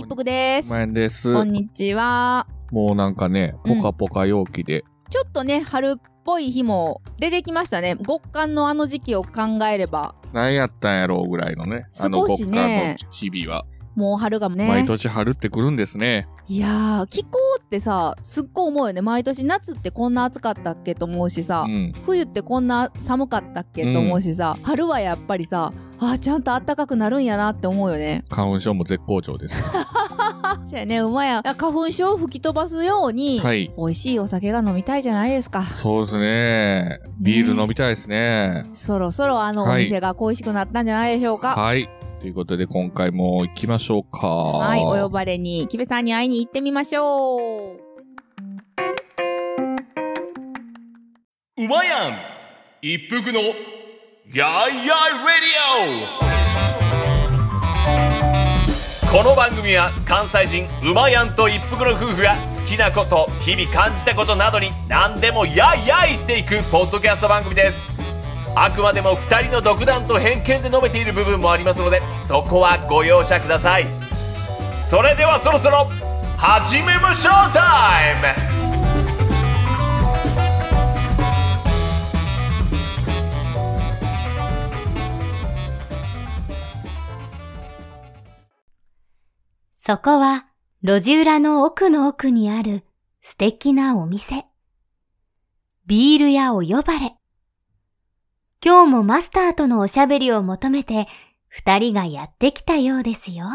ぷくです。 まやんです。 こんにちは。 もうなんかね、ポカポカ陽気で。 ちょっとね、春っぽい日も出てきましたね。極寒のあの時期を考えれば。 何やったんやろうぐらいのね。 少しね、 極寒の日々は。 もう春がね。 毎年春ってくるんですね。 いやー、気候ってさ、すっごい思うよね。毎年夏ってこんな暑かったっけと思うしさ、冬ってこんな寒かったっけと思うしさ、春はやっぱりさ、ちゃんと暖かくなるんやなって思うよね。 花粉症も絶好調です。 そうやね、うまや。花粉症を吹き飛ばすように、はい、美味しいお酒が飲みたいじゃないですか。 そうですね。ビール飲みたいですね。 そろそろお店が恋しくなったんじゃないでしょうか。 はい。ということで今回も行きましょうか。 はい、お呼ばれに、キベさんに会いに行ってみましょう。 うまやん一服のやいやいレディオ。この番組は関西人うまやんと一服の夫婦が好きなこと、日々感じたことなどに何でもやいやい言っていくポッドキャスト番組です。あくまでも2人の独断と偏見で述べている部分もありますので、そこはご容赦ください。それではそろそろ始めましょうタイム。 そこは路地裏の奥の奥にある素敵なお店。ビール屋お呼ばれ。今日もマスターとのおしゃべりを求めて二人がやってきたようですよ。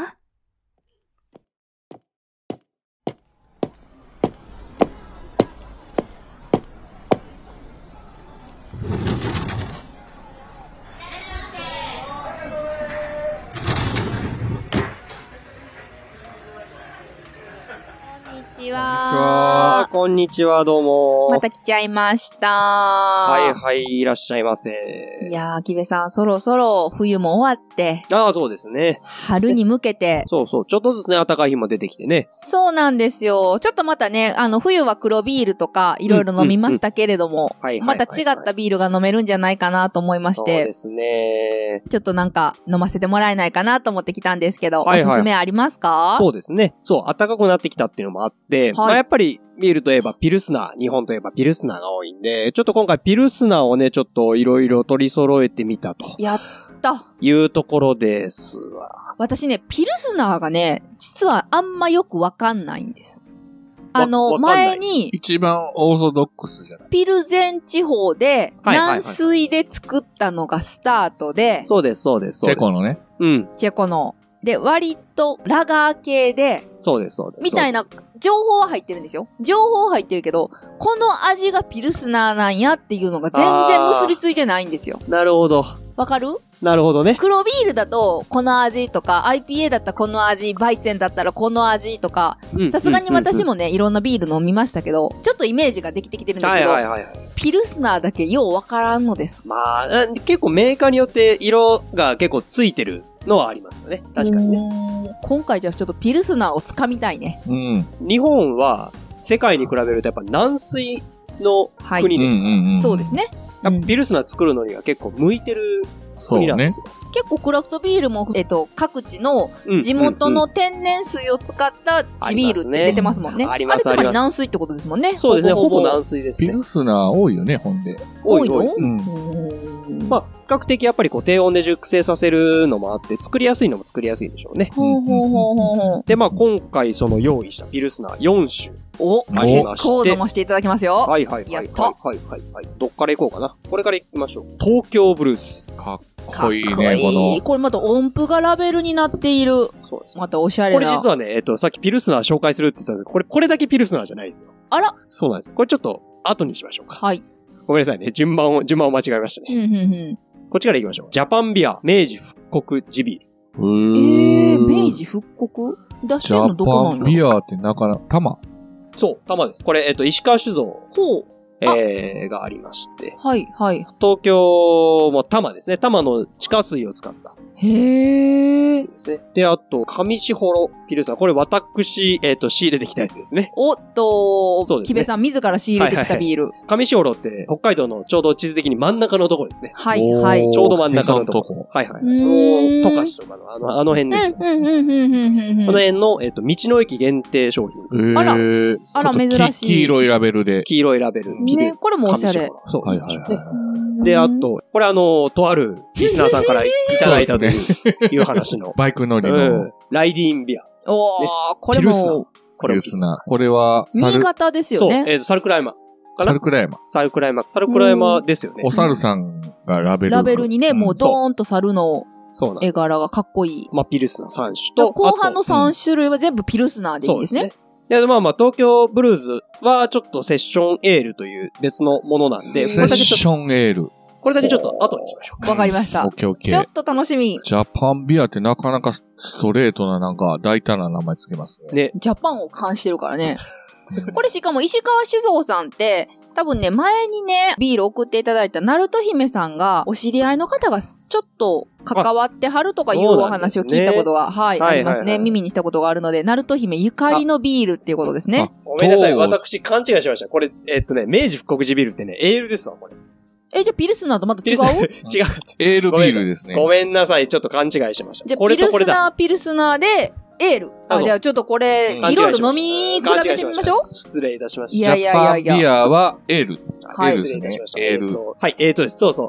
こんにちは、どうも。 また来ちゃいました。 はいはい、いらっしゃいませ。 いやー、キベさん、そろそろ冬も終わって。 ああ、そうですね。 春に向けて。 そうそう、ちょっとずつね、暖かい日も出てきてね。 そうなんですよ。ちょっとまたね、冬は黒ビールとか、いろいろ飲みましたけれども、また違ったビールが飲めるんじゃないかなと思いまして。 そうですね。 ちょっとなんか、飲ませてもらえないかなと思ってきたんですけど、おすすめありますか？ そうですね。そう、暖かくなってきたっていうのもあって、まあやっぱり、ビールといえばピルスナー、日本といえばピルスナーが多いんで、ちょっと今回ピルスナーをね、ちょっといろいろ取り揃えてみたと。 やったいうところですわ。 私ね、ピルスナーがね、実はあんまよくわかんないんです。前に、 一番オーソドックスじゃない？ ピルゼン地方で、軟水で作ったのがスタートで、 そうです、そうです、そうです。 チェコのね。 うん。 チェコの。で、割とラガー系で、 そうです、そうです。 みたいな情報は入ってるんですよ。情報は入ってるけど、この味がピルスナーなんやっていうのが全然結びついてないんですよ。 なるほど。 わかる？ なるほどね。 黒ビールだとこの味とか、IPA だったらこの味、バイツェンだったらこの味とか、さすがに私もね、いろんなビール飲みましたけど、ちょっとイメージができてきてるんですけど、ピルスナーだけようわからんのです。 まあ、結構メーカーによって色が結構ついてるのはありますよね。確かにね。 今回じゃあちょっとピルスナーをつかみたいね。 うん。日本は世界に比べるとやっぱ軟水の国ですから。 そうですね。 やっぱピルスナー作るのには結構向いてる国なんですよ。 結構クラフトビールも、各地の地元の天然水を使った地ビールって出てますもんね。 ありますね。 あれつまり軟水ってことですもんね。 そうですね。ほぼ軟水ですね。 ピルスナー多いよね、ほんで。 多いの？ まあ、比較的やっぱり低温で熟成させるのもあって、作りやすいのも作りやすいんでしょうね。で、まあ今回その用意したピルスナー4種。ありまして。 結構飲ませていただきますよ。 はいはい。どっから行こうかな。これから行きましょう。東京ブルース。 かっこいいね、 これまた音符がラベルになっている。そうです。またおしゃれな。 これ実はね、さっきピルスナー紹介するって言ったんですけど、これだけピルスナーじゃないですよ。 あら。 そうなんです。これちょっと後にしましょうか。 はい。 ごめんなさいね。順番を間違えましたね。こっちから行きましょう。ジャパンビア、明治復刻地ビール。 明治復刻出してんのどこなの？ ジャパンビアってなかなか、玉？ そう、玉です。これ、石川酒造。がありまして。 はい、はい。 東京も玉ですね。玉の地下水を使ったへー。 ですね。で、あと、上士幌ピルスナー。これ私、仕入れてきたやつですね。 おっと、 そうですね木部さん自ら仕入れてきたビール。 上士幌って北海道のちょうど地図的に真ん中のところですね。 はいはい。 ちょうど真ん中のところ。 へそのとこはいはい。十勝とかのあの辺ですよ。この辺の、道の駅限定商品。 あら珍しい。 黄色いラベルで。 黄色いラベル。 ね、これもおしゃれ。 そう。 はいはいはい。 で、あと、これとあるリスナーさんからいただいたという話の。 バイク乗りの。 ライディーンビア。 おー、これも。 ピルスナー。これは、 新潟ですよね。 そう、サルクライマかな。 サルクライマ。 サルクライマですよね。 お猿さんがラベル。 ラベルにね、もうドーンと猿の絵柄がかっこいい。 まあ、ピルスナー3種と。 後半の3種類は全部ピルスナーでいいんですね。 で、まあまあ、東京ブルーズはちょっとセッションエールという別のものなんで、 セッションエール。 これだけちょっと後にしましょうか。 わかりました。ちょっと楽しみ。 ジャパンビアってなかなかストレートななんか大胆な名前つけますね。 ジャパンを冠してるからね。これしかも石川酒造さんって、多分ね、前にね、ビール送っていただいたナルト姫さんが、お知り合いの方がちょっと関わってはるとかいうお話を聞いたことが、はい、ありますね。耳にしたことがあるので、ナルト姫ゆかりのビールっていうことですね。 ごめんなさい、私勘違いしました。これ、明治復刻寺ビールってね、エールですわ、これ。 じゃあピルスナーとまた違う？ 違う。 エールビールですね。 ごめんなさい、ちょっと勘違いしました。 じゃあピルスナーで、エール。じゃあちょっとこれ、いろいろ飲み比べてみましょう。 失礼いたしました。 ジャパンビアはエール。 はい。 失礼いたしました。 エール。 はい、です。そうそう。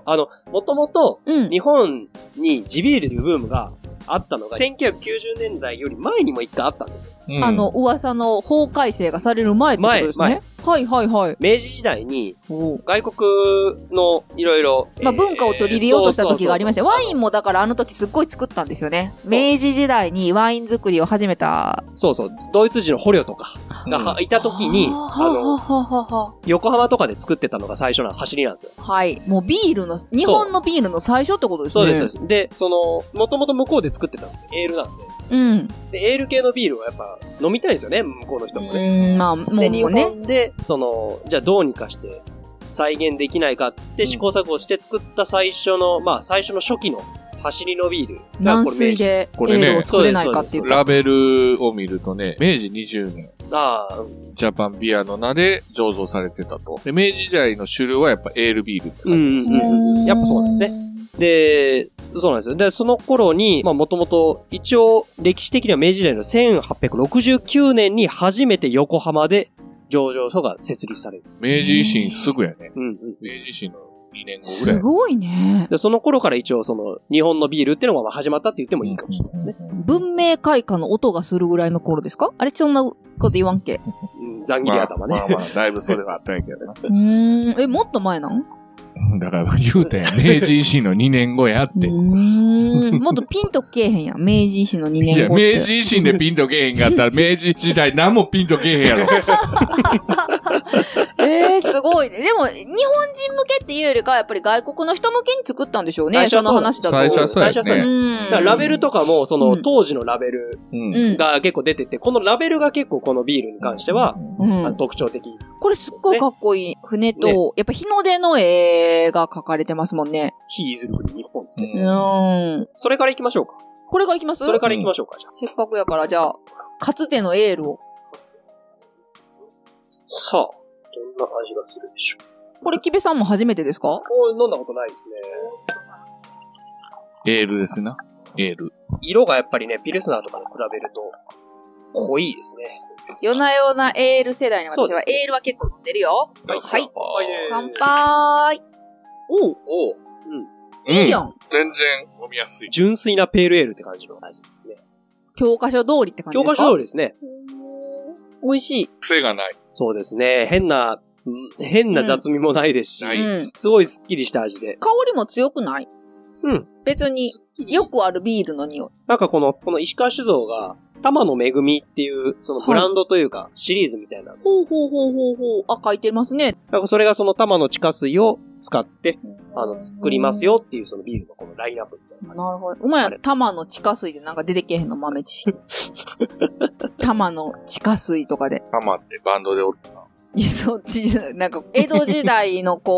もともと、日本に地ビールというブームがあったのが、1990年代より前にも一回あったんですよ。 噂の法改正がされる前ってことですね。はいはいはい。 明治時代に、外国のいろいろ、 まあ文化を取り入れようとした時がありました。ワインもだからあの時すっごい作ったんですよね。明治時代にワイン作りを始めた。 そうそう。ドイツ人の捕虜とかがいた時に、横浜とかで作ってたのが最初の走りなんですよ。 はい。もうビールの、日本のビールの最初ってことですね。 そうです、そうです。で、もともと向こうで作ってたので、エールなんで。で、エール系のビールはやっぱ飲みたいんですよね、向こうの人もね。 まあ、もうね。 で、日本で、じゃあどうにかして再現できないかって言って試行錯誤して作った最初の初期の走りのビール。 軟水でエールを作れないかっていう。 ラベルを見るとね、明治20年。ジャパンビアの名で醸造されてたと。で、明治時代の主流はやっぱエールビールって感じですね。 やっぱそうなんですね。で、そうなんですよ。で、その頃に、まあもともと、一応、歴史的には明治時代の1869年に初めて横浜で醸造所が設立される。 明治維新すぐやね。明治維新の2年後ぐらい。 すごいね。 で、その頃から一応日本のビールっていうのが始まったって言ってもいいかもしれないですね。 文明開化の音がするぐらいの頃ですか？あれ、そんなこと言わんけ。 ざん切り頭ね。 まあ、だいぶそれはあったんやけどな。 もっと前なん？ だから言うたやん。明治維新の2年後やって。 もっとピンとけえへんやん。明治維新の2年後って。 いや、明治維新でピンとけえへんかったら、明治時代何もピンとけえへんやろ。 すごいね。でも、日本人向けっていうよりかは、やっぱり外国の人向けに作ったんでしょうね。その話だと。 最初はそうやね。 だからラベルとかも、当時のラベルが結構出てて、このラベルが結構このビールに関しては、特徴的。 これすっごいかっこいい。船と、やっぱ日の出の絵が描かれてますもんね。 日出ずる国日本ですね。それから行きましょうか。 これから行きます？ それから行きましょうか、じゃあ。 せっかくやから、じゃあ、かつてのエールを。 さあ、どんな味がするでしょう。 これ、木部さんも初めてですか？ 飲んだことないですね。 エールですな。エール。 色がやっぱりね、ピルスナーとかに比べると、濃いですね。 夜な夜なエール世代の私は、エールは結構飲んでるよ。はい。乾杯。いいやん。 全然飲みやすい。 純粋なペールエールって感じの味ですね。 教科書通りって感じですか？ 教科書通りですね。 美味しい。 癖がない。 そうですね。変な雑味もないですし、すごいスッキリした味で。 香りも強くない？別によくあるビールの匂い。 なんかこの石川酒造が、玉の恵みっていう、ブランドというか、シリーズみたいな。 ほう。あ、書いてますね。 なんかそれが玉の地下水を使って、作りますよっていうビールのこのラインナップみたいな。 なるほど。うまいや玉の地下水でなんか出てけへんの豆知識。玉の地下水とかで。 玉ってバンドでおるかな。 そっち、なんか、江戸時代のこう、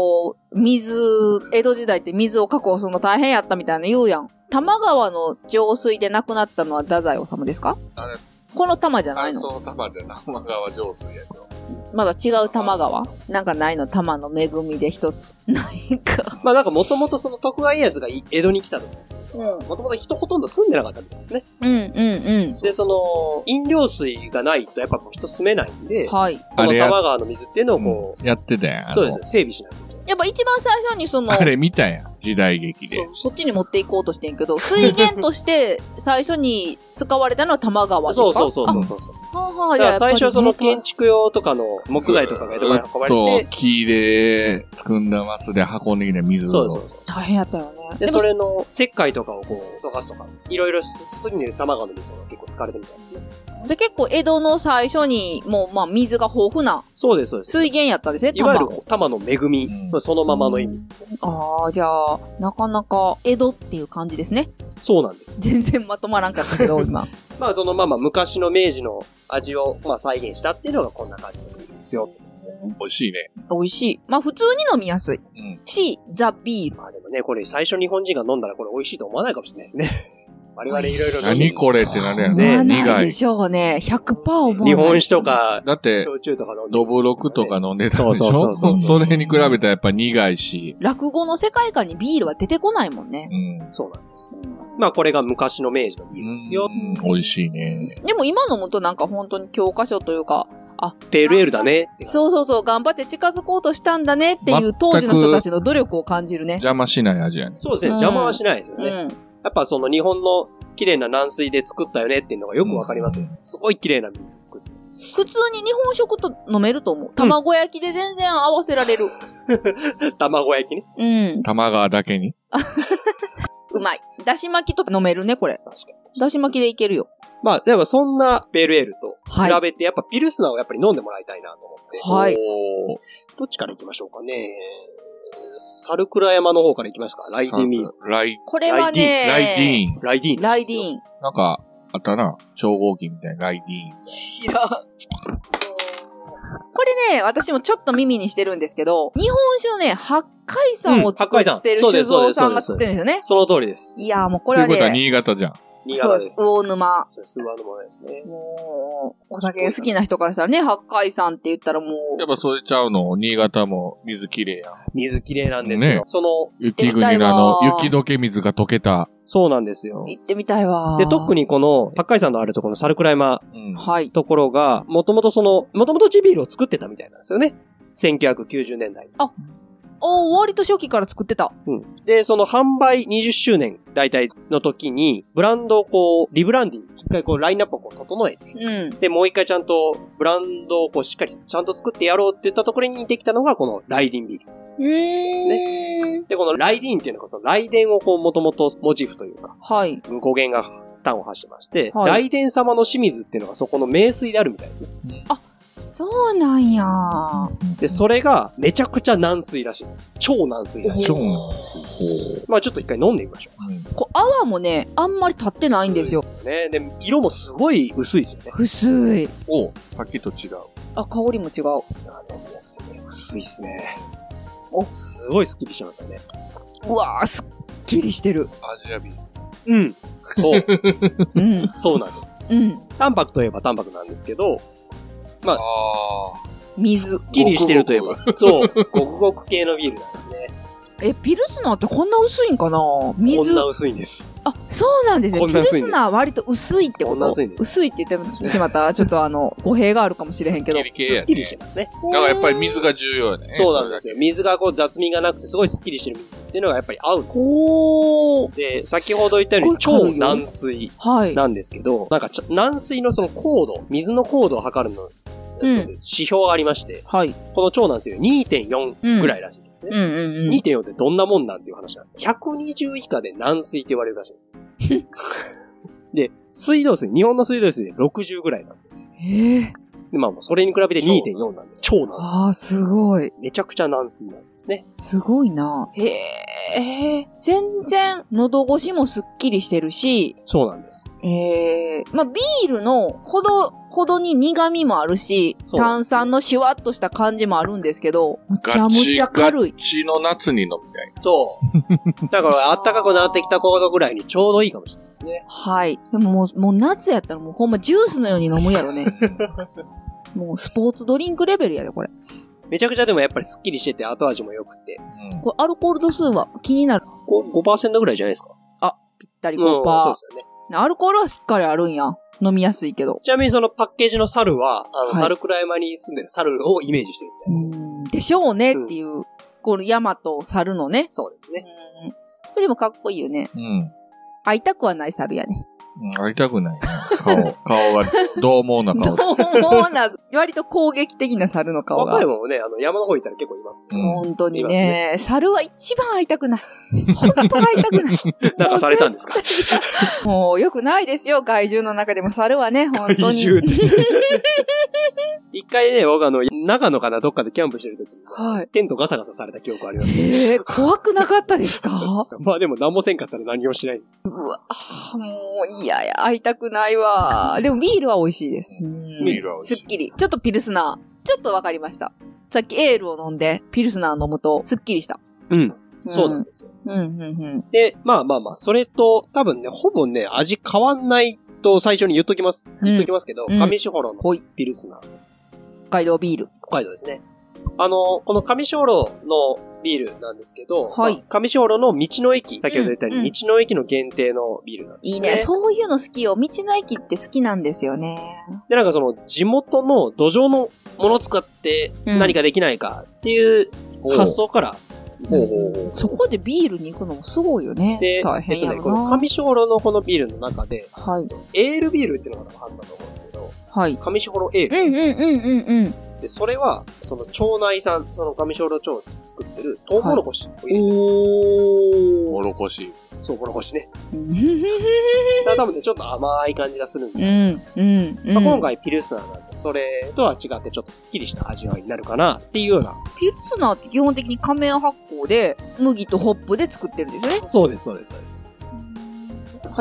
水、江戸時代って水を確保するの大変やったみたいな言うやん。多摩川の浄水で亡くなったのは太宰治ですか？ あれこの多摩じゃないの？ その多摩じゃない。多摩川浄水やけど。 まだ違う多摩川なんかないの？多摩の恵みで一つ。ないか。 まあなんかもともとその徳川家康が江戸に来た時、もともと人ほとんど住んでなかったみたいですね。で、その、飲料水がないとやっぱ人住めないんで、はい。この多摩川の水っていうのをこう、 やってたやん。 そうです。整備しないと。 やっぱ一番最初にその、 あれ見たやん。時代劇で。 そっちに持っていこうとしてんけど、水源として最初に使われたのは多摩川ですか？ そう。はあ、じゃあ最初はその建築用とかの木材とかが江戸から運ばれて。 木で作んだマスで運んできた水を。 そう。 大変やったよね。 で、それの石灰とかをこう、溶かすとか、いろいろ時に多摩川の水が結構使われてるみたいですね。 じゃあ結構江戸の最初にもうまあ水が豊富な。 そうです。 水源やったんですね、 いわゆる多摩の恵み、そのままの意味ですね。 ああ、じゃあ、なかなか江戸っていう感じですね。 そうなんです。 全然まとまらんかったけど、今。 まあそのまま昔の明治の味をまあ再現したっていうのがこんな感じのビールですよ。 美味しいね。 美味しい。まあ普通に飲みやすい。し、ザ・ビール。 まあでもね、これ最初日本人が飲んだらこれ美味しいと思わないかもしれないですね。我々いろいろ何これってなるやんね。苦いでしょうね。100% 思わない。 日本酒とか、 だって、 焼酎とか飲んで。 ドブロクとか飲んでたでしょ。そう。それに比べたらやっぱ苦いし。 落語の世界観にビールは出てこないもんね。 そうなんです。まあこれが昔の明治のビールですよ。 美味しいね。 でも今飲むとなんか本当に教科書というか、 ペールエールだね。 そう。頑張って近づこうとしたんだねっていう当時の人たちの努力を感じるね。 邪魔しない味やね。 そうですね。邪魔はしないですよね。やっぱその日本の綺麗な軟水で作ったよねっていうのがよくわかりますよ。すごい綺麗な水で作って。 普通に日本食と飲めると思う。卵焼きで全然合わせられる。 卵焼きね。 玉川だけに。 うまい。だし巻きとか飲めるね、これ。確かに。だし巻きでいけるよ。 まあ、でもそんなペールエールと比べて、やっぱピルスナーをやっぱり飲んでもらいたいなと思って。 はい。 どっちから行きましょうかね。猿倉山の方から行きますか。ライディーミー。 これはね、 ライディーン。 ライディーン。 なんか、あったな。超合金みたいなライディーン。 知らん。これね、私もちょっと耳にしてるんですけど、日本酒のね、八海山を作ってる酒造さんが作ってるんですよね。 その通りです。 いや、もうこれはね。 ということは新潟じゃん。 そうです。魚沼。 そうです。魚沼ですね。 もう、お酒好きな人からしたらね、八海山って言ったらもう。 やっぱそれちゃうの、新潟も水きれいやん。 水きれいなんですよ。ね、その、 雪国の雪解け水が溶けた。 そうなんですよ。 行ってみたいわ。 で、特にこの、八海山のあるところの猿倉山、 はい。 ところが、もともと地ビールを作ってたみたいなんですよね。1990年代。 割と初期から作ってた。 で、その販売20周年大体の時に、ブランドをこう、リブランディング、一回こう、ラインナップをこう、整えて、で、もう一回ちゃんと、ブランドをこう、しっかりちゃんと作ってやろうって言ったところにできたのが、このライディンビール。ですね。で、このライディンっていうのが、その、雷電をこう、もともとモチーフというか、はい。語源が端を発しまして、雷電様の清水っていうのがそこの名水であるみたいですね。 そうなんや。 で、それがめちゃくちゃ軟水らしいです。超軟水らしい。 超軟水。 まあちょっと一回飲んでみましょう。 泡もね、あんまり立ってないんですよ。 ね。で、色もすごい薄いですよね。 薄い。 さっきと違う。 香りも違う。 飲みやすいね。薄いっすね。すごいスッキリしてますよね。 うわー、スッキリしてる。 アジアビー。 そう。そうなんです。淡白といえば淡白なんですけど、まあ、 水。 すっきりしてるといえば。そう。ごくごく系のビールなんですね。 ピルスナーってこんな薄いんかな？水。 こんな薄いんです。 そうなんですね。ピルスナー割と薄いってこと？薄いって言ってしまったら、ちょっと語弊があるかもしれへんけど。 すっきりしてますね。 だからやっぱり水が重要やね。 そうなんですよ。水がこう雑味がなくてすごいすっきりしてる水っていうのがやっぱり合う。で、先ほど言ったように超軟水なんですけど、なんか軟水のその高度、水の高度を測るの、指標がありまして、この超軟水は 2.4 ぐらいらしいですね。2.4 ってどんなもんなんていう話なんです。120以下で軟水って言われるらしいんです。で、水道水、日本の水道水で60ぐらいなんですよ。で、まあそれに比べて 2.4 なんで超軟水。 すごい。 めちゃくちゃ軟水なんですね。 すごいな。 全然、喉越しもすっきりしてるし。 そうなんです。 まあ、ビールのほどに苦味もあるし、炭酸のシュワッとした感じもあるんですけど、むちゃむちゃ軽い。 ガチの夏に飲みたい。 そう。だから、暖かくなってきた頃ぐらいにちょうどいいかもしれないですね。 はい。でももう夏やったらもうほんまジュースのように飲むやろね。もうスポーツドリンクレベルやで、これ。 めちゃくちゃでもやっぱりスッキリしてて後味も良くて。 これアルコール度数は気になる。 5% ぐらいじゃないですか。 あ、ぴったり 5%。 そうですよね。 アルコールはしっかりあるんや。飲みやすいけど。 ちなみにそのパッケージの猿は、猿倉山に住んでる猿をイメージしてるみたいです。 でしょうねっていう、この山と猿のね。 そうですね。 これでもかっこいいよね。会いたくはない猿やね。 会いたくない。顔が、獰猛な顔。 獰猛な、割と攻撃的な猿の顔が。 若いもんね、山の方行ったら結構います。 本当にね。猿は一番会いたくない。本当会いたくない。 なんかされたんですか？ もう、よくないですよ。害獣の中でも猿はね、本当に。 一回ね、僕長野かな、どっかでキャンプしてる時に、テントガサガサされた記憶ありますね。 怖くなかったですか？ まあでも何もせんかったら何もしない。 うわ、もう、いや、会いたくないわ。でもビールは美味しいです。 ビールは美味しい。 すっきり。ちょっとピルスナー。ちょっとわかりました。さっきエールを飲んで、ピルスナー飲むと、すっきりした。 そうなんですよ。で、まあ、それと、多分ね、ほぼね、味変わんないと最初に言っときますけど、上士幌のピルスナー。 北海道ビール。 北海道ですね。この上士幌のビールなんですけど、上士幌の道の駅、先ほど言ったように、道の駅の限定のビールなんですね。 いいね。そういうの好きよ。道の駅って好きなんですよね。 で、なんかその、地元の土壌のものを使って何かできないかっていう発想から、 そこでビールに行くのもすごいよね。 で、大変やな。この上士幌のこのビールの中で、エールビールっていうのがあったと思うんですけど、上士幌エール。で、それは、その町内産、その上士幌町で作ってるトウモロコシを入れてる。 モロコシ。 そう、モロコシね。だから多分ね、ちょっと甘い感じがするんで。今回ピルスナーなんで、それとは違ってちょっとスッキリした味わいになるかなっていうような。 ピルスナーって基本的に仮面発酵で、麦とホップで作ってるんですよね。 そうです。 はい。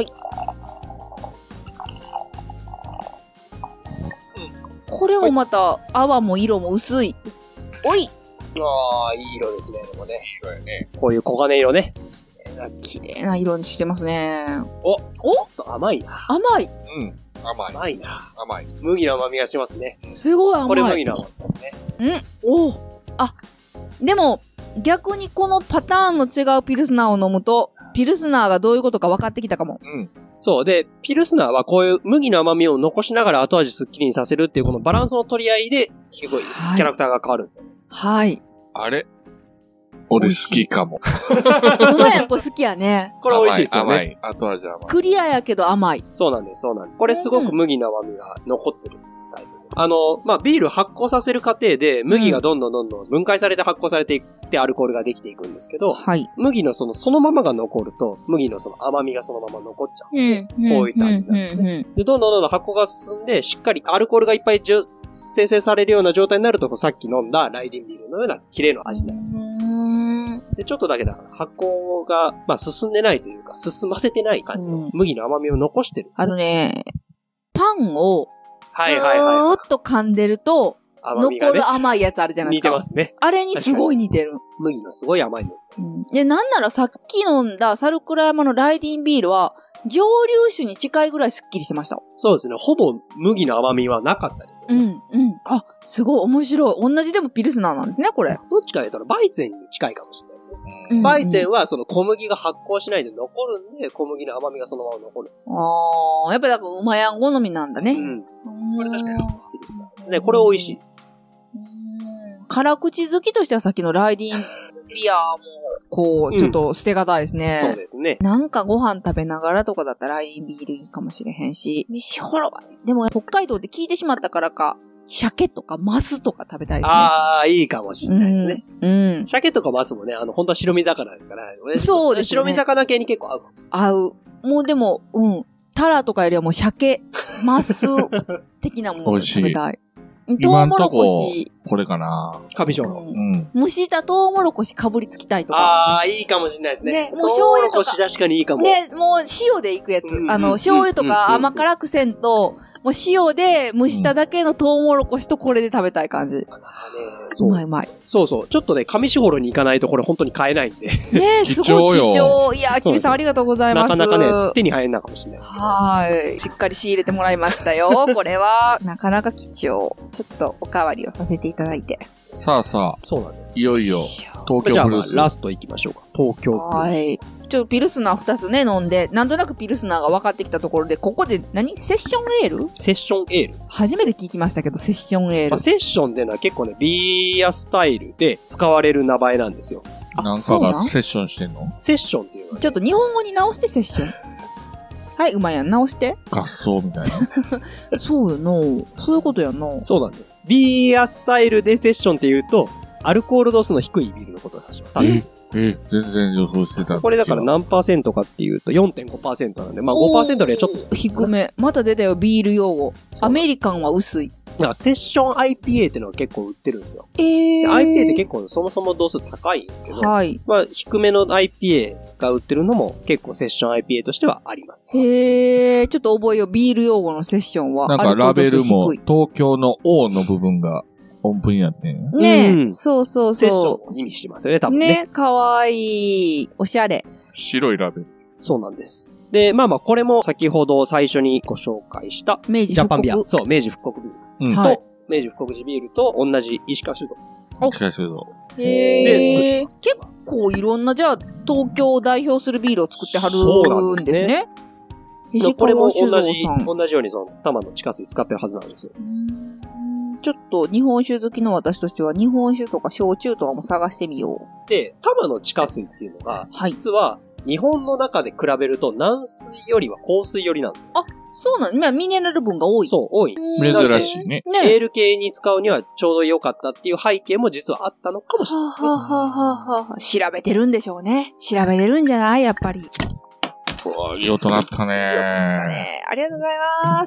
これもまた、泡も色も薄い。おい！ ああ、いい色ですね、でもね。こういう黄金色ね。 綺麗な色にしてますね。 お甘いな。 甘い。 甘いな。麦の甘みがしますね。 すごい甘い。 これ麦の甘みね。 でも、逆にこのパターンの違うピルスナーを飲むと、ピルスナーがどういうことか分かってきたかも。 そう。で、ピルスナーはこういう麦の甘みを残しながら後味スッキリにさせるっていうこのバランスの取り合いで、結構キャラクターが変わるんですよ。 はい。 あれ俺好きかも。 うまいやん、これ好きやね。 これ美味しいですよね。 甘い。後味甘い。 クリアやけど甘い。 そうなんです。これすごく麦の甘みが残ってるタイプ。ビール発酵させる過程で、麦がどんどん分解されて発酵されていってアルコールができていくんですけど、麦のそのままが残ると、麦のその甘みがそのまま残っちゃう。こういった味になるんですね。で、どんどん発酵が進んで、しっかりアルコールがいっぱい生成されるような状態になると、さっき飲んだライディンビールのような綺麗な味になる。で、ちょっとだけだから発酵が、進んでないというか、進ませてない感じの麦の甘みを残してる。 パンを、ずーっと噛んでると、残る甘いやつあるじゃないですか。 似てますね。 あれにすごい似てる。 麦のすごい甘いの。 で、なんならさっき飲んだ猿倉山のライディンビールは、蒸留酒に近いぐらいスッキリしてました。 そうですね。ほぼ麦の甘みはなかったですよね。 あ、すごい面白い。同じでもピルスナーなんですね、これ。 どっちか言ったらバイゼンに近いかもしれないですね。バイゼンはその小麦が発酵しないで残るんで、小麦の甘みがそのまま残る。 やっぱりだから馬やん好みなんだね。 これ確かにピルスナー。ね、これ美味しい。 辛口好きとしてはさっきのライディンビアも、ちょっと捨てがたいですね。 そうですね。 なんかご飯食べながらとかだったらライディンビールいいかもしれへんし、西幌はね。でも北海道で聞いてしまったからか、鮭とかマスとか食べたいですね。 いいかもしれないですね。鮭とかマスもね、本当は白身魚ですからね。 そうですね。 白身魚系に結構合う。 合う。もうでも、タラとかよりはもう鮭、マス的なものを食べたい。トウモロコシこれかな。 上庄の。 蒸したトウモロコシかぶりつきたいとか。 ああ、いいかもしれないですね。 ね、もう醤油とか。トウモロコシ確かにいいかも。 ね、もう塩でいくやつ。醤油とか甘辛くせんと、もう塩で蒸しただけのトウモロコシとこれで食べたい感じ。うまいうまい。 そうそう。ちょっとね、上士幌に行かないとこれ本当に買えないんで。 ねすごい貴重。いや、キミさんありがとうございます。 なかなかね、手に入らないかもしれないですけど。 はい。しっかり仕入れてもらいましたよ。これは、なかなか貴重。ちょっとおかわりをさせていただいて。 さあさあ。 そうなんです。 いよいよ、東京ブルース。 じゃあ、ラスト行きましょうか。東京ブルース。 はい。ちょっとピルスナー2つね、飲んで、なんとなくピルスナーが分かってきたところで、ここでセッションエールセッションエール初めて聞きましたけど、セッションエール。 セッションっていうのは結構ね、ビアスタイルで使われる名前なんですよ。 なんかがセッションしてんの？ セッションっていうのは、ね、 ちょっと日本語に直してセッション。はい、うまいやん。直して。 合奏みたいな。そうよな。そういうことやな。 そうなんです。ビアスタイルでセッションって言うと、アルコール度数の低いビールのことを指します。 全然予想してた。 これだから何%かっていうと 4.5% なんで、まあ 5% よりはちょっと低め。また出たよ、ビール用語。アメリカンは薄い。 セッション IPA っていうのが結構売ってるんですよ。IPA って結構そもそも度数高いんですけど、はい。まあ低めの IPA が売ってるのも結構セッション IPA としてはあります。 へー、ちょっと覚えよう、ビール用語のセッションは。 なんかラベルも東京の O の部分が音符になってんねえ、そうそうそう。 セッションを意味してますよね、多分ね。 ね、かわいい。おしゃれ。 白いラベル。 そうなんです。で、まあまあ、これも先ほど最初にご紹介した明治ジャパンビア。そう、明治復刻ビール。と、はい、明治復刻地ビールと同じ石川酒造。 石川酒造。 へー。結構いろんな、じゃあ、東京を代表するビールを作ってはるんですね。 石川酒造さん。同じようにその、多摩の地下水使ってるはずなんですよ。 ちょっと日本酒好きの私としては日本酒とか焼酎とかも探してみよう。で、多摩の地下水っていうのが、実は日本の中で比べると軟水よりは硬水よりなんですよ。 あ、そうなんだ。ミネラル分が多い。 そう、多い。 珍しいね。 エール系に使うにはちょうど良かったっていう背景も実はあったのかもしれないですね。 は調べてるんでしょうね。調べてるんじゃないやっぱり。 いい音なったね。 ありがとうございます。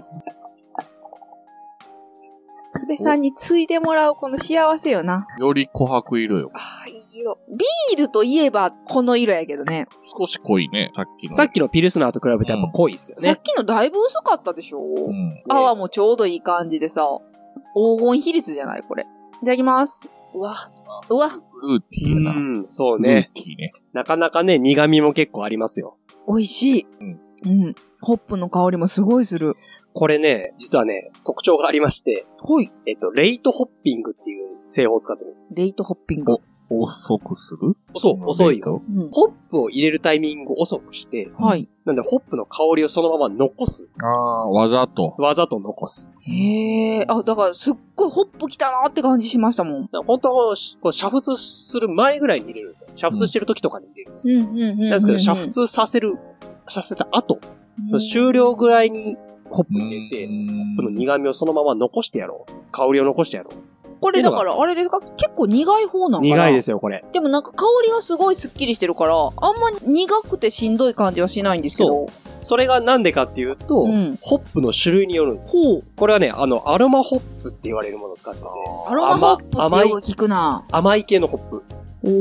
すべさんに継いでもらうこの幸せよな。 より琥珀色よ。 ああ、いい色。ビールといえばこの色やけどね。 少し濃いね、さっきの。 さっきのピルスナーと比べてやっぱ濃いですよね。 さっきのだいぶ薄かったでしょ、泡もちょうどいい感じでさ。黄金比率じゃないこれ。いただきます。うわ。 フルーティーな。 そうね。なかなかね、苦味も結構ありますよ。 美味しい。ホップの香りもすごいする。 これね、実はね、特徴がありまして。 はい。 レイトホッピングっていう製法を使ってるんです。 レイトホッピング。 遅くする？ そう、遅いよ。ホップを入れるタイミングを遅くして。 はい。 なんで、ホップの香りをそのまま残す。 わざと。 わざと残す。 へー。だからすっごいホップきたなーって感じしましたもん。 本当は、煮沸する前ぐらいに入れるんですよ。煮沸してる時とかに入れるんですよ。なんですけど、煮沸させた後、終了ぐらいに、ホップ入れて、ホップの苦味をそのまま残してやろう。香りを残してやろう。 これだから、あれですか結構苦い方なのかな？ 苦いですよ、これ。 でもなんか香りがすごいスッキリしてるから、あんま苦くてしんどい感じはしないんですけど。 それがなんでかっていうと、ホップの種類によるんです。これはね、アロマホップって言われるものを使ってて。 アロマホップってよく聞くな。 甘い系のホップ。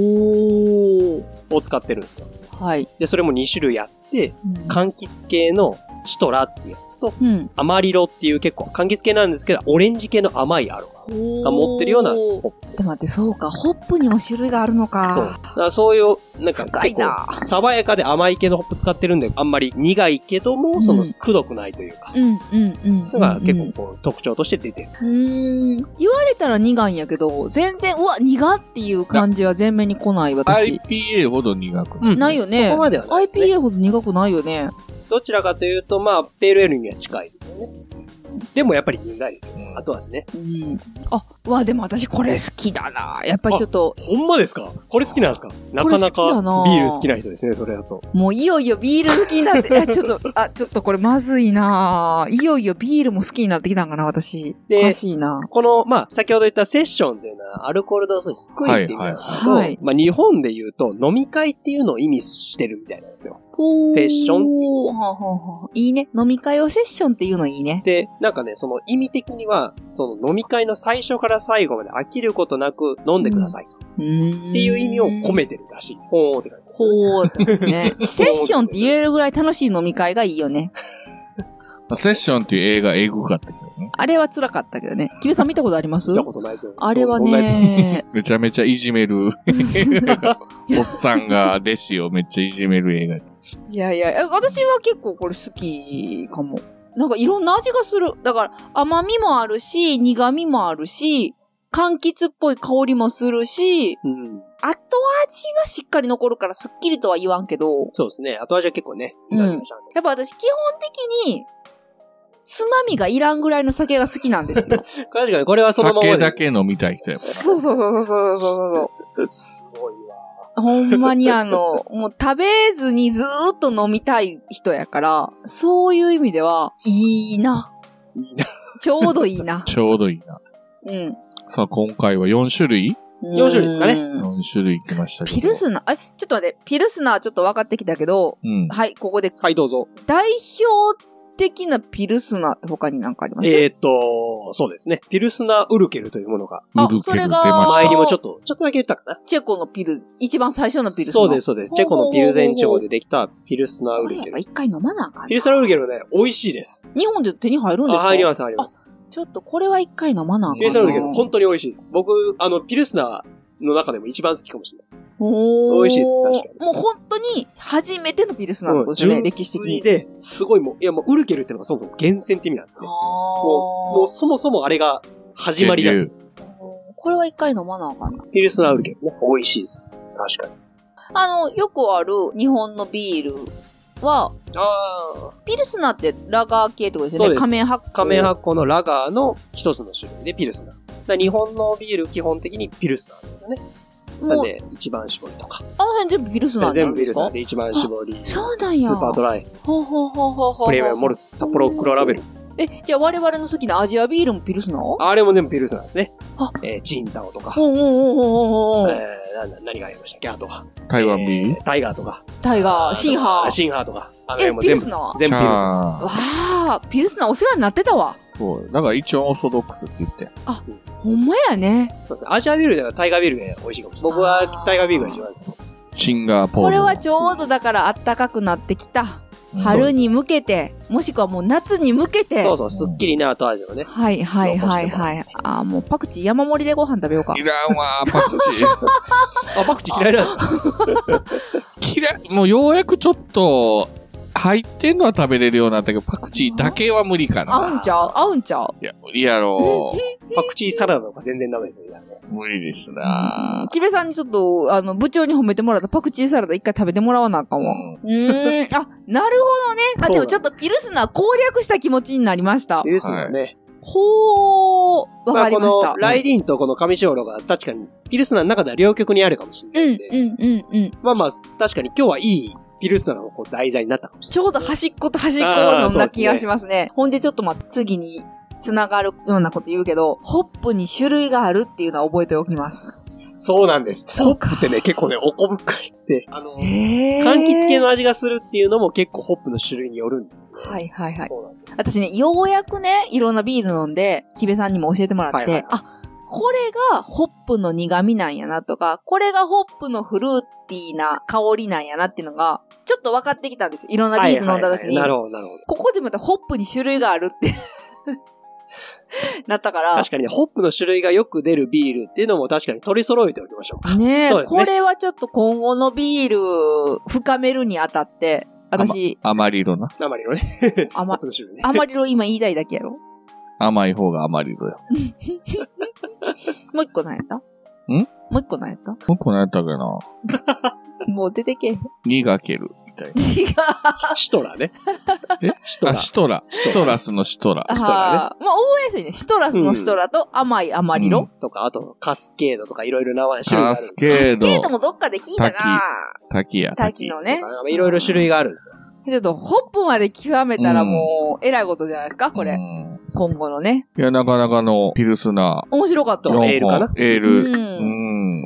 を使ってるんですよ。 はい。 で、それも2種類あって、柑橘系のシトラっていうやつと、アマリロっていう結構柑橘系なんですけど、オレンジ系の甘いアロマが持ってるようなホップ。 でも待って、そうか、ホップにも種類があるのか。 そう。だからそういう、なんか結構、爽やかで甘い系のホップ使ってるんで、あんまり苦いけども、くどくないというか。のが結構こう特徴として出てる。 言われたら苦いんやけど、全然、うわ、苦っていう感じは全面に来ない、私。 IPA ほど苦くない。 ないよね。 そこまではないですね。 IPA ほど苦くないよね。 どちらかというと、まあ、ペールエールには近いですよね。でもやっぱり苦いですよ。後味ね。 でも私これ好きだな。やっぱりちょっと。 ほんまですか？これ好きなんですか？なかなかビール好きな人ですね、それだと。 もういよいよビール好きになって、ちょっとこれまずいないよいよビールも好きになってきたんかな、私。おかしいな。 この、まあ、先ほど言ったセッションっていうのはアルコール度数低いって意味なんですけど、まあ、日本で言うと飲み会っていうのを意味してるみたいなんですよ。 セッションっていう。 はあはあはあ、いいね。飲み会をセッションっていうのいいね。 で、なんかね、その意味的には、その飲み会の最初から最後まで飽きることなく飲んでくださいと。っていう意味を込めてるらしい。ほーって書いてます。 ほーってですね。セッションって言えるぐらい楽しい飲み会がいいよね。 セッションっていう映画エグかったけどね。 あれは辛かったけどね。キベさん見たことあります？ 見たことないですよ。 あれはね、 めちゃめちゃいじめる。おっさんが弟子をめっちゃいじめる映画。 いやいや、私は結構これ好きかも。なんかいろんな味がする。だから甘みもあるし、苦味もあるし、柑橘っぽい香りもするし、後味はしっかり残るからすっきりとは言わんけど。 そうですね。後味は結構ね。 やっぱ私基本的に、つまみがいらんぐらいの酒が好きなんですよ。 確かにこれはそのまま酒だけ飲みたい人やから。 そう。 すごいわ。 ほんまにもう食べずにずーっと飲みたい人やから、そういう意味では、いいな。ちょうどいいな。 ちょうどいいな。 うん。 さあ、今回は4種類 ?4 種類ですかね。 4種類いきましたけど。 ピルスナー、ちょっと待って、ピルスナーちょっと分かってきたけど、はい、ここで。 はい、どうぞ。 代表的なピルスナーって他に何かあります？ そうですね。ピルスナーウルケルというものが。 それが、 前にもちょっとだけ言ったかな。 チェコのピル、一番最初のピルスナー。 そうです。チェコのピルゼン朝でできたピルスナーウルケル。 やっぱ一回飲まなあかんな。 ピルスナーウルケルね、美味しいです。 日本で手に入るんですか？ 入ります。 ちょっとこれは一回飲まなあかんな。 ピルスナーウルケル、本当に美味しいです。僕、ピルスナーの中でも一番好きかもしれないです。美味しいです、確かに。 もう本当に初めてのピルスナーってことですね、歴史的に。 で、すごいもうウルケルってのがそもそも源泉って意味なんですね。もうそもそもあれが始まりなんですよ。 これは一回飲まなあかんな。 ピルスナーウルケルね、美味しいです。確かに。 よくある日本のビールは、ピルスナーってラガー系ってことですよね。仮面発酵のラガーの一つの種類でピルスナー。日本のビール基本的にピルスナーですよね。なんで、一番搾りとか。 あの辺全部ピルスナーなんですか？全部ピルスナーで一番搾り。 そうなんや。 スーパードライ。プレミアムモルツ、札幌黒ラベル。 じゃあ我々の好きなアジアビールもピルスナー？ あれも全部ピルスナーですね。チンタオとか。何がありましたっけ？あとは。 台湾ビール？ タイガーとか。 タイガー、シンハーとか。 ピルスナー？ 全部ピルスナー。 わあ、ピルスナーお世話になってたわ。 そう。だから一応オーソドックスって言って。 あ、ほんまやね。 アジアビールではタイガービールが美味しいかもしれない。僕はタイガービールが一番です。 シンガポール。 これはちょうどだから暖かくなってきた。春に向けて、もしくはもう夏に向けて。 そう、すっきりな後味をね。 はい。もうパクチー山盛りでご飯食べようか。 いらんわ、パクチー。 パクチー嫌いなんですか？ 嫌い。もうようやくちょっと、入ってんのは食べれるようになったけど、パクチーだけは無理かな。 合うんちゃういや、無理やろ。 パクチーサラダとか全然ダメですよね。 無理ですな。 キベさんにちょっと、部長に褒めてもらったパクチーサラダ一回食べてもらわなあかんわ。なるほどね。でもちょっとピルスナー攻略した気持ちになりました。 ピルスナーね。 わかりました。 このライディンとこの上小路が確かにピルスナーの中では両極にあるかもしれないんで。まあ確かに今日はいいピルスナーの題材になったかもしれない。 ちょうど端っこと端っこを飲んだ気がしますね。ほんでちょっと次につながるようなこと言うけど、ホップに種類があるっていうのは覚えておきます。 そうなんです。ホップってね、結構ね、奥深いって。柑橘系の味がするっていうのも結構ホップの種類によるんですね。 はい。私ね、ようやくね、いろんなビール飲んで、キベさんにも教えてもらって、これがホップの苦味なんやなとか、これがホップのフルーティーな香りなんやなっていうのが、ちょっと分かってきたんですよ。いろんなビール飲んだ時に。 なるほど。 ここでまたホップに種類があるって。なったから。 確かにね、ホップの種類がよく出るビールっていうのも確かに取り揃えておきましょうか。 ねえ、これはちょっと今後のビール深めるにあたって、私。 アマリロな。 アマリロね。 アマリロ今言いたいだけやろ？ 甘い方がアマリロよ。 もう一個何やった？もう一個何やったっけな。 もう出てけ。 にがける。違う。 シトラね。 シトラスのシトラ。 シトラね。まあ、覚えやすいね。シトラスのシトラと甘いアマリロ。 とか、あと、カスケードとかいろいろ名前、種類がある。 カスケードもどっかで聞いたな。滝のね。 いろいろ種類があるんですよ。 ちょっと、ホップまで極めたらもう、えらいことじゃないですか、これ。今後のね。 いや、なかなかのピルスナー。 面白かった。 エールかな？ エール。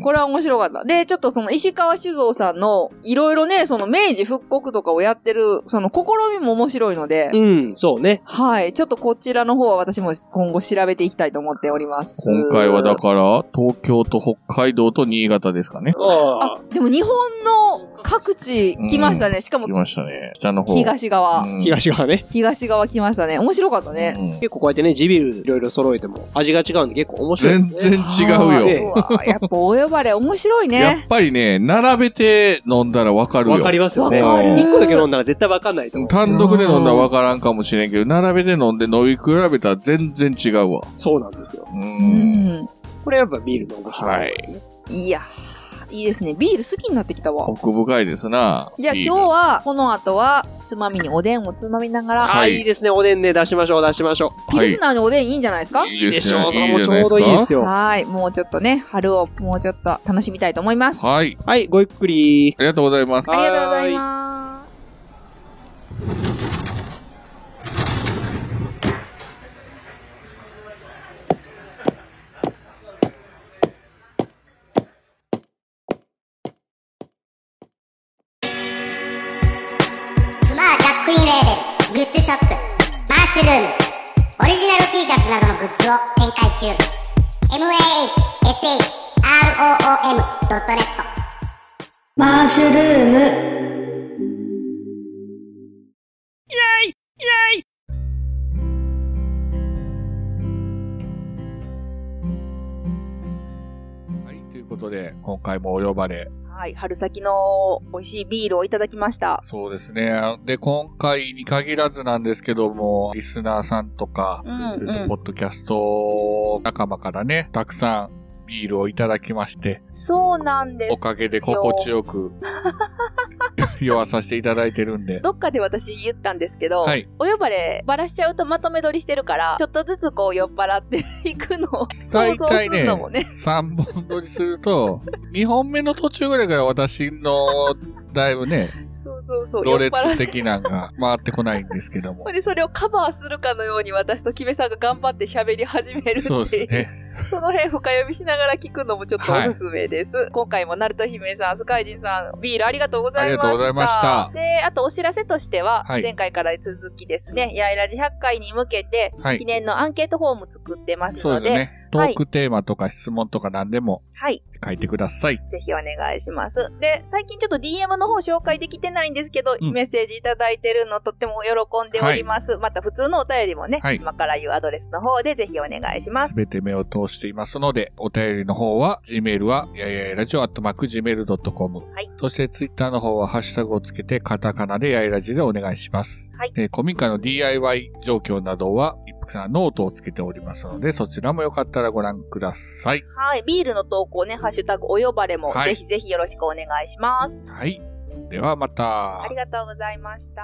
これは面白かった。で、ちょっとその石川酒造さんの、いろいろね、その明治復刻とかをやってる、その試みも面白いので。 そうね。 はい。ちょっとこちらの方は私も今後調べていきたいと思っております。 今回はだから、東京と北海道と新潟ですかね。 でも日本の各地来ましたね。しかも。 来ましたね。北の方。 東側。 東側ね。 東側来ましたね。面白かったね。 結構こうやってね、地ビールいろいろ揃えても味が違うんで結構面白いですね。 全然違うよ。 やっぱお呼ばれ面白いね。 やっぱりね、並べて飲んだらわかるよ。 わかりますよね。一個だけ飲んだら絶対わかんないと思う。 単独で飲んだらわからんかもしれんけど、並べて飲んで飲み比べたら全然違うわ。 そうなんですよ。これやっぱビールの面白いですね。 いや。いいですね。ビール好きになってきたわ。 奥深いですな。 じゃあ今日は、この後は、つまみにおでんをつまみながら。 いいですね。おでんね、出しましょう。 ピルスナーのおでんいいんじゃないですか？ いいでしょう。 それもちょうどいいですよ。 はい。もうちょっとね、春をもうちょっと楽しみたいと思います。 はい。 はい、ごゆっくり。 ありがとうございます。 ありがとうございます。 クイーンレーベルグッズショップマッシュルームオリジナル T シャツなどのグッズを展開中 mahshroom.net マッシュルームイェイはい、ということで今回もお呼ばれはい、春先の美味しいビールをいただきました。 そうですね。で、今回に限らずなんですけども、リスナーさんとか、ポッドキャスト仲間からね、たくさんビールをいただきまして。 そうなんですよ。 おかげで心地よく、酔わさせていただいてるんで。 どっかで私言ったんですけど、 はい、 お呼ばればらしちゃうとまとめ撮りしてるから、ちょっとずつこう酔っ払っていくのを想像するのもね。 3本撮りすると、2本目の途中ぐらいから私の、だいぶね、ろれつ的なのが回ってこないんですけども。 で、それをカバーするかのように私とキベさんが頑張って喋り始めるっていう。 そうですね。 その辺深読みしながら聞くのもちょっとおすすめです。はい、今回もナルト姫さん、スカイジンさん、ビールありがとうございました。ありがとうございました。で、あとお知らせとしては、はい、前回から続きですね、やいらじ100回に向けて、はい、記念のアンケートフォーム作ってますので、そうですね。トークテーマとか質問とか何でも、 はい。 書いてください。 ぜひお願いします。で、最近ちょっと DM の方紹介できてないんですけど、メッセージいただいてるのとっても喜んでおります。はい、また普通のお便りもね、今から言うアドレスの方でぜひお願いします。 すべて目を通していますので、お便りの方は、Gmail は、やややラジオ@gmail.com。はい。そして Twitter の方は、ハッシュタグをつけて、カタカナでややラジでお願いします。はい。古民家の DIY 状況などは、一服さんノートをつけておりますので、そちらもよかったらご覧ください。 はい。ビールの投稿ね、ハッシュタグお呼ばれも、ぜひぜひよろしくお願いします。 はい。ではまた。 ありがとうございました。